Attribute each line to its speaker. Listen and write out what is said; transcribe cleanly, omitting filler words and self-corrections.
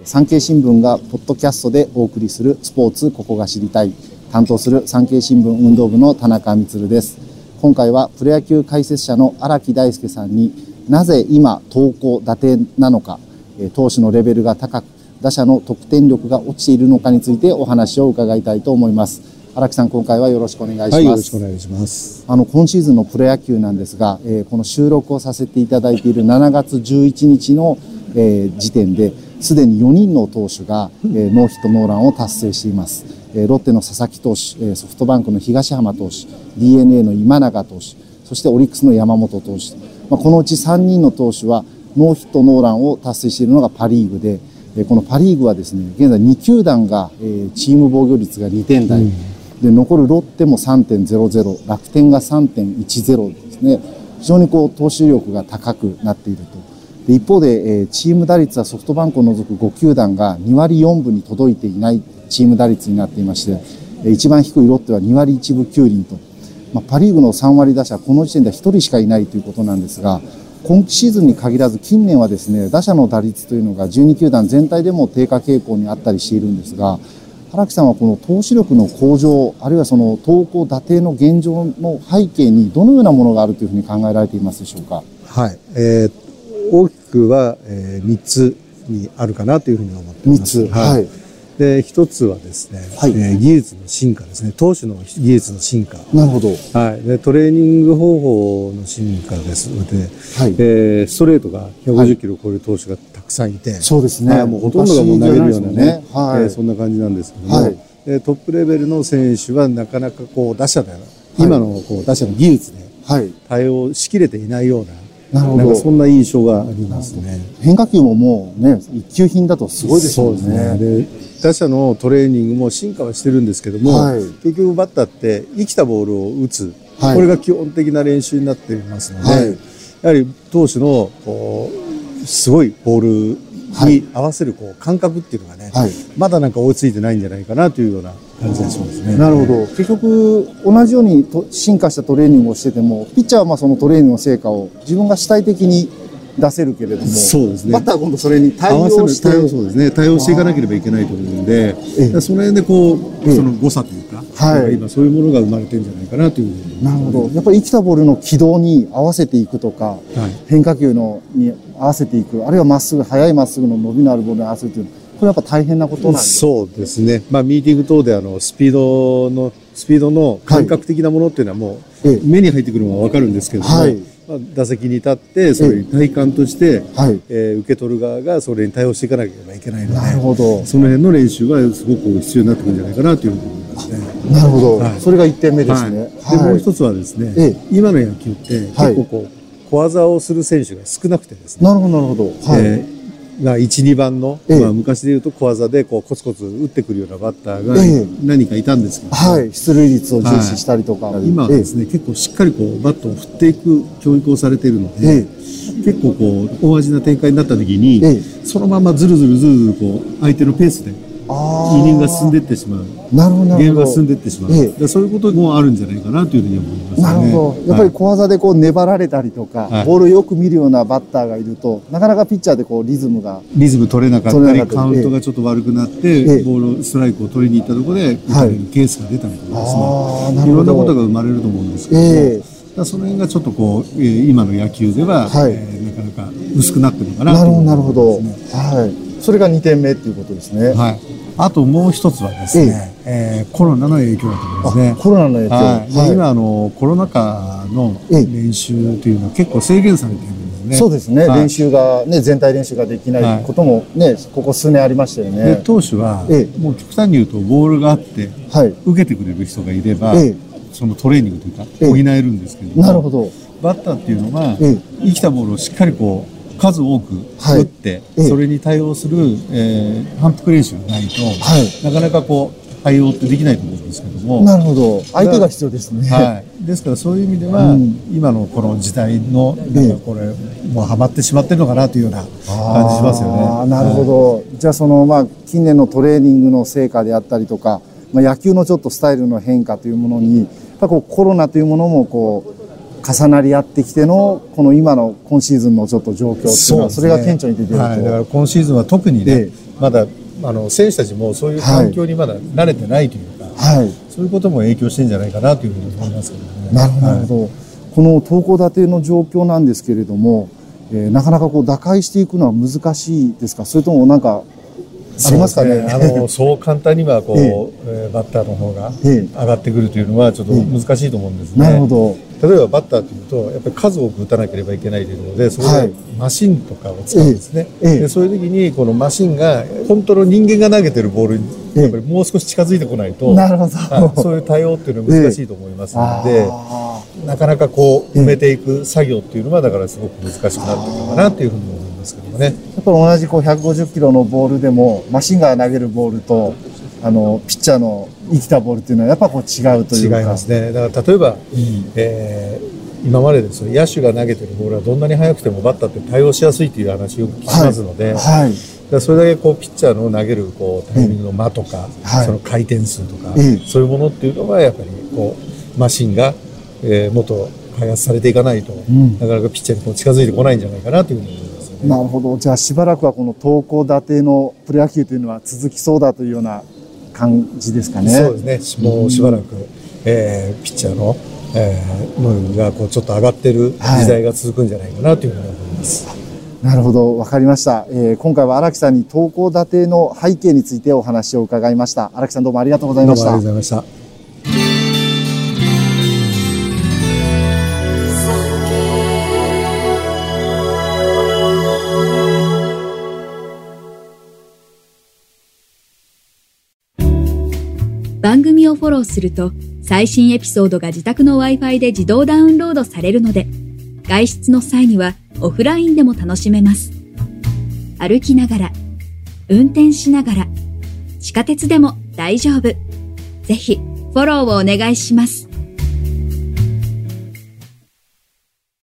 Speaker 1: 産経新聞がポッドキャストでお送りするスポーツここが知りたい、担当する産経新聞運動部の田中充です。今回はプロ野球解説者の荒木大輔さんに、なぜ今投高打点なのか、投手のレベルが高く打者の得点力が落ちているのかについてお話を伺いたいと思います。荒木さん、今回はよろしくお願いします。
Speaker 2: はい、よろしくお願いします。
Speaker 1: 今シーズンのプロ野球なんですが、この収録をさせていただいている7月11日の、時点ですでに4人の投手が、ノーヒットノーランを達成しています。ロッテの佐々木投手、ソフトバンクの東浜投手、 DNA の今永投手、そしてオリックスの山本投手、このうち3人の投手はノーヒットノーランを達成しているのがパ・リーグで、このパ・リーグはですね、現在2球団が、チーム防御率が2点台、で残るロッテも 3.00、 楽天が 3.10 ですね。非常に投手力が高くなっていると。で一方で、チーム打率はソフトバンクを除く5球団が2割4分に届いていないチーム打率になっていまして、一番低いロッテは2割1分9厘と、パ・リーグの3割打者、この時点では1人しかいないということなんですが、今シーズンに限らず近年はですね、打者の打率というのが12球団全体でも低下傾向にあったりしているんですが、荒木さんはこの投手力の向上、あるいはその投高打低の現状の背景にどのようなものがあるというふうに考えられていますでしょうか。
Speaker 2: はい、大きくは、3つにあるかなというふうに思っています。
Speaker 1: 3つ、はい。
Speaker 2: で1つはですね、はい、技術の進化ですね。投手の技術の進化。
Speaker 1: なるほど。
Speaker 2: はい。でトレーニング方法の進化ですので、はい、ストレートが150キロを超える投手がたくさんいて、
Speaker 1: そうですね。
Speaker 2: もうほとんどがもう投げるようなね、はい、そんな感じなんですけども、はい、トップレベルの選手はなかなか打者で、はい、今の打者の技術で対応しきれていないような。なんかそんな印象がありますね。
Speaker 1: 変化球ももうね、一級品だとすごいですよね。
Speaker 2: そうですね。で打者のトレーニングも進化はしてるんですけども、はい、結局バッターって生きたボールを打つ、はい、これが基本的な練習になっていますので、はい、やはり投手のすごいボールに合わせる感覚っていうのがね、はい、まだなんか追いついてないんじゃないかなというような感じがしますね。
Speaker 1: なるほど。結局同じように進化したトレーニングをしてても、ピッチャーはそのトレーニングの成果を自分が主体的に出せるけれども、
Speaker 2: そうですね、
Speaker 1: バッターは今度それに対応して
Speaker 2: そうですね、対応していかなければいけないと思うので、その辺でその誤差というか、はい、今そういうものが生まれてるんじゃないかなというふうに。
Speaker 1: なるほど。やっぱり生きたボールの軌道に合わせていくとか、はい、変化球に合わせていく、あるいはまっすぐ、速いまっすぐの伸びのあるボールに合わせるという、これやっぱ大変なことなんですか。
Speaker 2: そうですね。ミーティング等でスピードの感覚的なものっていうのはもう目に入ってくるのは分かるんですけども、はい、打席に立ってそれに体感として、はい、受け取る側がそれに対応していかなければいけないので、
Speaker 1: なるほど、
Speaker 2: その辺の練習はすごく必要になってくるんじゃないかなというふうに思いますね。
Speaker 1: なるほど、はい、それが1点目ですね。
Speaker 2: はい、でもう一つはですね、今の野球って結構小技をする選手が少なくてですね。
Speaker 1: なるほどなるほど。はい、
Speaker 2: 1、2番の、昔でいうと小技でコツコツ打ってくるようなバッターが何かいたんですけど、
Speaker 1: はい、出塁率を重視したりとか、
Speaker 2: 今はですね、結構しっかりバットを振っていく教育をされているので、結構大味な展開になった時に、そのままずるずる相手のペースでイニングが進んでいってしまう、ゲームが進んでいってしまう、そういうこともあるんじゃないかなというふうに思いますね。
Speaker 1: なるほど。やっぱり小技で粘られたりとか、ボールをよく見るようなバッターがいると、なかなかピッチャーでリズム
Speaker 2: 取れなかったり、カウントがちょっと悪くなって、ボールストライクを取りに行ったところで打たれるケースが出たりとかですね、いろんなことが生まれると思うんですけども、その辺がちょっと今の野球では、なかなか薄くなってるのかなと思いますね。
Speaker 1: なるほど。はい。それが2点目ということですね。
Speaker 2: はい。あともう一つはですね、コロナの影響だと思いますね。
Speaker 1: コロナの影響。
Speaker 2: はい。今コロナ禍の練習というのは結構制限されているんですね。
Speaker 1: そうですね。練習がね、全体練習ができないこともね、ここ数年ありましたよね。
Speaker 2: で、投手はもう極端に言うとボールがあって受けてくれる人がいれば、そのトレーニングというか補えるんですけども、なるほど。バッターっていうのは生きたボールをしっかり数多く打って、それに対応する反復練習がないと、なかなか対応ってできないと思うんですけども。なるほど。
Speaker 1: 相手が必要ですね。
Speaker 2: はい。ですからそういう意味では、今のこの時代のこれもうハマってしまってるのかなというような感じしますよね。
Speaker 1: なるほど。じゃあ近年のトレーニングの成果であったりとか、野球のちょっとスタイルの変化というものに、やっぱコロナというものも重なり合ってきての今シーズンのちょっと状況っていうのは、それが顕著に出ていると。
Speaker 2: だから今シーズンは特にね、 まだ選手たちもそういう環境にまだ慣れてないというか、はい、そういうことも影響してるんじゃないかなというふうに思いますけどね。
Speaker 1: なるほど、はい、この東工建ての状況なんですけれども、なかなかこう打開していくのは難しいですか、それともなんかありますかね。
Speaker 2: そう簡単にはバッターの方が上がってくるというのはちょっと難しいと思うんですね。
Speaker 1: なるほど。
Speaker 2: 例えばバッターというとやっぱり数多く打たなければいけないというので、それでマシンとかを使うんですね。でそういう時にこのマシンが本当の人間が投げてるボールにやっぱりもう少し近づいてこないと、
Speaker 1: なるほど、
Speaker 2: そういう対応っていうのは難しいと思いますので、なかなかこう埋めていく作業っていうのはだからすごく難しくなってくるのかなというふうに思いますけどね。
Speaker 1: やっぱり同じこう150キロのボールでもマシンが投げるボールとピッチャーの生きたボールっていうのはやっぱこう違うというか。
Speaker 2: 違いますね。だから例えば、今までですね、野手が投げてるボールはどんなに速くてもバッターって対応しやすいという話を聞きますので、はい、だそれだけこうピッチャーの投げるこうタイミングの間とか、その回転数とか、そういうものっていうのはやっぱりこうマシンが、もっと開発されていかないと、なかなかピッチャーにこう近づいてこないんじゃないかなというふうに思いますよね。
Speaker 1: なるほど。じゃあしばらくはこの東工建てのプロ野球というのは続きそうだというような感じですかね。
Speaker 2: そうですね。もうしばらく、ピッチャーの能力がこうちょっと上がってる時代が続くんじゃないかなというふうに思います。
Speaker 1: なるほど、わかりました。今回は荒木さんに東工建ての背景についてお話を伺いました。荒木さんどうもありがとうございました。
Speaker 2: どうもありがとうございました。
Speaker 3: 番組をフォローすると最新エピソードが自宅の Wi-Fi で自動ダウンロードされるので、外出の際にはオフラインでも楽しめます。歩きながら、運転しながら、地下鉄でも大丈夫。ぜひフォローをお願いします。